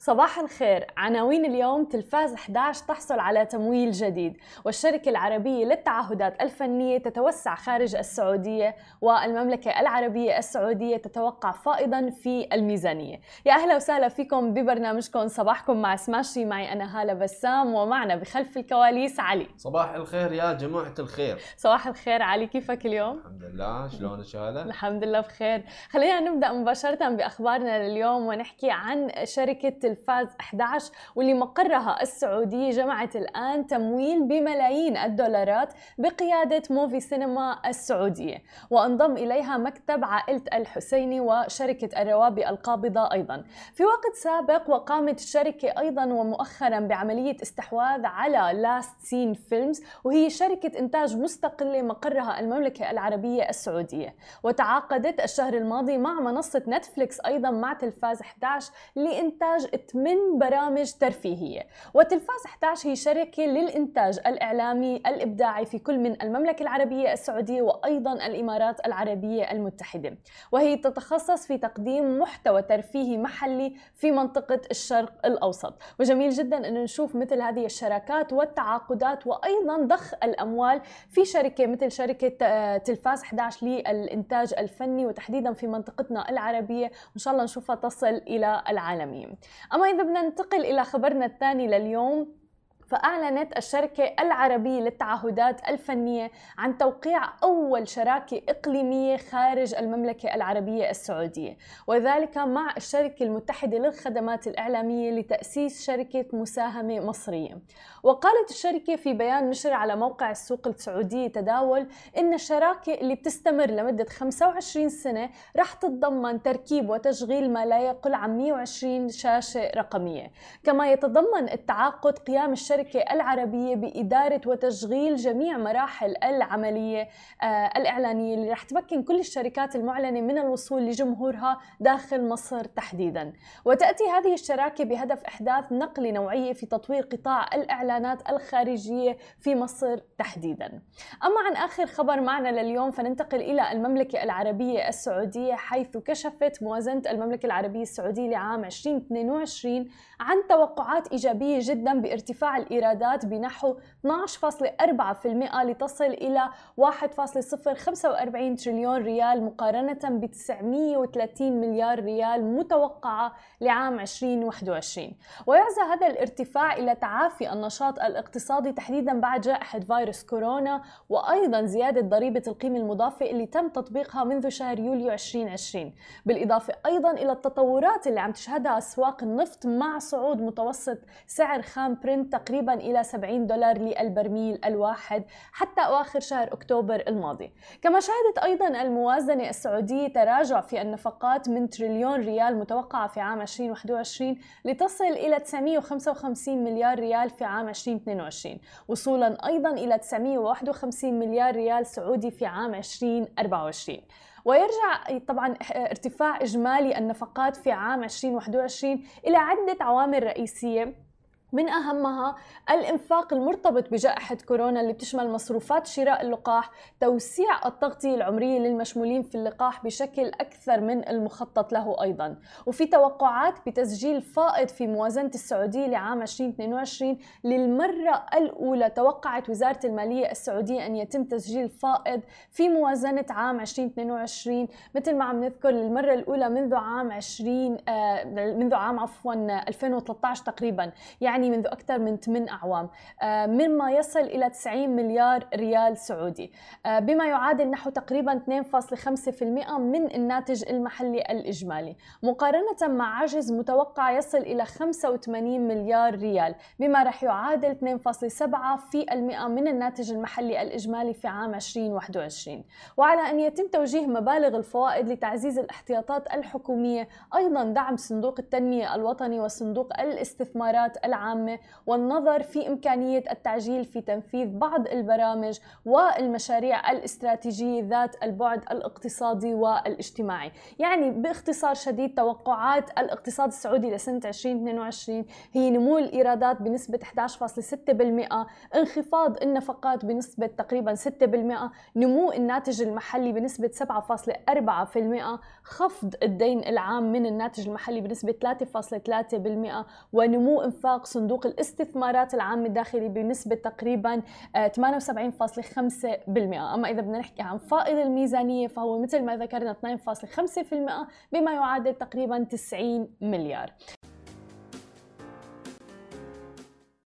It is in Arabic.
صباح الخير. عناوين اليوم: تلفاز 11 تحصل على تمويل جديد، والشركة العربية للتعهدات الفنية تتوسع خارج السعودية، والمملكة العربية السعودية تتوقع فائضا في الميزانية. يا أهلا وسهلا فيكم ببرنامجكم صباحكم مع سماشي. معي أنا هالة بسام، ومعنا بخلف الكواليس علي. صباح الخير يا جماعة الخير. صباح الخير علي، كيفك اليوم؟ الحمد لله، شلونك هالة؟ الحمد لله بخير. خلينا نبدأ مباشرة بأخبارنا لليوم ونحكي عن شركة تلفاز 11 واللي مقرها السعودية جمعت الآن تمويل بملايين الدولارات بقيادة موفي سينما السعودية، وانضم إليها مكتب عائلة الحسيني وشركة الروابي القابضة أيضا. في وقت سابق وقامت الشركة أيضا ومؤخرا بعملية استحواذ على لاست سين فيلمز، وهي شركة إنتاج مستقلة مقرها المملكة العربية السعودية، وتعاقدت الشهر الماضي مع منصة نتفليكس أيضا مع تلفاز 11 لإنتاج 8 برامج ترفيهية. وتلفاز 11 هي شركة للإنتاج الإعلامي الإبداعي في كل من المملكة العربية السعودية وأيضا الإمارات العربية المتحدة، وهي تتخصص في تقديم محتوى ترفيهي محلي في منطقة الشرق الأوسط. وجميل جدا أن نشوف مثل هذه الشراكات والتعاقدات، وأيضا ضخ الأموال في شركة مثل شركة تلفاز 11 للإنتاج الفني، وتحديدا في منطقتنا العربية، وإن شاء الله نشوفها تصل إلى العالمية. أما إذا بدنا ننتقل إلى خبرنا الثاني لليوم، فأعلنت الشركة العربية للتعهدات الفنية عن توقيع أول شراكة إقليمية خارج المملكة العربية السعودية، وذلك مع الشركة المتحدة للخدمات الإعلامية لتأسيس شركة مساهمة مصرية. وقالت الشركة في بيان نشر على موقع السوق السعودي تداول إن الشراكة اللي بتستمر لمدة 25 سنة رح تتضمن تركيب وتشغيل ما لا يقل عن 120 شاشة رقمية. كما يتضمن التعاقد قيام الشركة العربية بإدارة وتشغيل جميع مراحل العملية الإعلانية اللي رح تمكن كل الشركات المعلنة من الوصول لجمهورها داخل مصر تحديدا. وتأتي هذه الشراكة بهدف إحداث نقلة نوعية في تطوير قطاع الإعلانات الخارجية في مصر تحديدا. أما عن آخر خبر معنا لليوم، فننتقل إلى المملكة العربية السعودية، حيث كشفت موازنة المملكة العربية السعودية لعام 2022 عن توقعات إيجابية جدا بارتفاع الإيرادات بنحو 12.4% لتصل إلى 1.045 تريليون ريال مقارنة ب 930 مليار ريال متوقعة لعام 2021. ويعزى هذا الارتفاع إلى تعافي النشاط الاقتصادي تحديدا بعد جائحة فيروس كورونا، وأيضا زيادة ضريبة القيمة المضافة اللي تم تطبيقها منذ شهر يوليو 2020، بالإضافة أيضا إلى التطورات اللي عم تشهدها أسواق النفط مع صعود متوسط سعر خام برنت تقريبا إلى $70 للبرميل الواحد حتى أواخر شهر أكتوبر الماضي. كما شهدت أيضا الموازنة السعودية تراجع في النفقات من تريليون ريال متوقعة في عام 2021 لتصل إلى 955 مليار ريال في عام 2022، وصولا أيضا إلى 951 مليار ريال سعودي في عام 2024. ويرجع طبعا ارتفاع إجمالي النفقات في عام 2021 إلى عدة عوامل رئيسية، من أهمها الإنفاق المرتبط بجائحة كورونا اللي بتشمل مصروفات شراء اللقاح، توسيع التغطية العمرية للمشمولين في اللقاح بشكل أكثر من المخطط له أيضا. وفي توقعات بتسجيل فائض في موازنة السعودية لعام 2022. للمرة الأولى توقعت وزارة المالية السعودية أن يتم تسجيل فائض في موازنة عام 2022 مثل ما عم نذكر للمرة الأولى منذ عام 2013 تقريبا، يعني منذ أكثر من 8 أعوام، مما يصل إلى 90 مليار ريال سعودي، بما يعادل نحو تقريبا 2.5% من الناتج المحلي الإجمالي، مقارنة مع عجز متوقع يصل إلى 85 مليار ريال، بما رح يعادل 2.7% من الناتج المحلي الإجمالي في عام 2021. وعلى أن يتم توجيه مبالغ الفوائد لتعزيز الاحتياطات الحكومية، أيضا دعم صندوق التنمية الوطني وصندوق الاستثمارات العامة العامة، والنظر في إمكانية التعجيل في تنفيذ بعض البرامج والمشاريع الاستراتيجية ذات البعد الاقتصادي والاجتماعي. يعني باختصار شديد توقعات الاقتصاد السعودي لسنة 2022 هي نمو الإيرادات بنسبة 11.6%، انخفاض النفقات بنسبة تقريبا 6%، نمو الناتج المحلي بنسبة 7.4%، خفض الدين العام من الناتج المحلي بنسبة 3.3%، ونمو انفاق صندوق الاستثمارات العام الداخلي بنسبة تقريبا 78.5%. أما إذا بدنا نحكي عن فائض الميزانية فهو مثل ما ذكرنا 2.5%، بما يعادل تقريبا 90 مليار.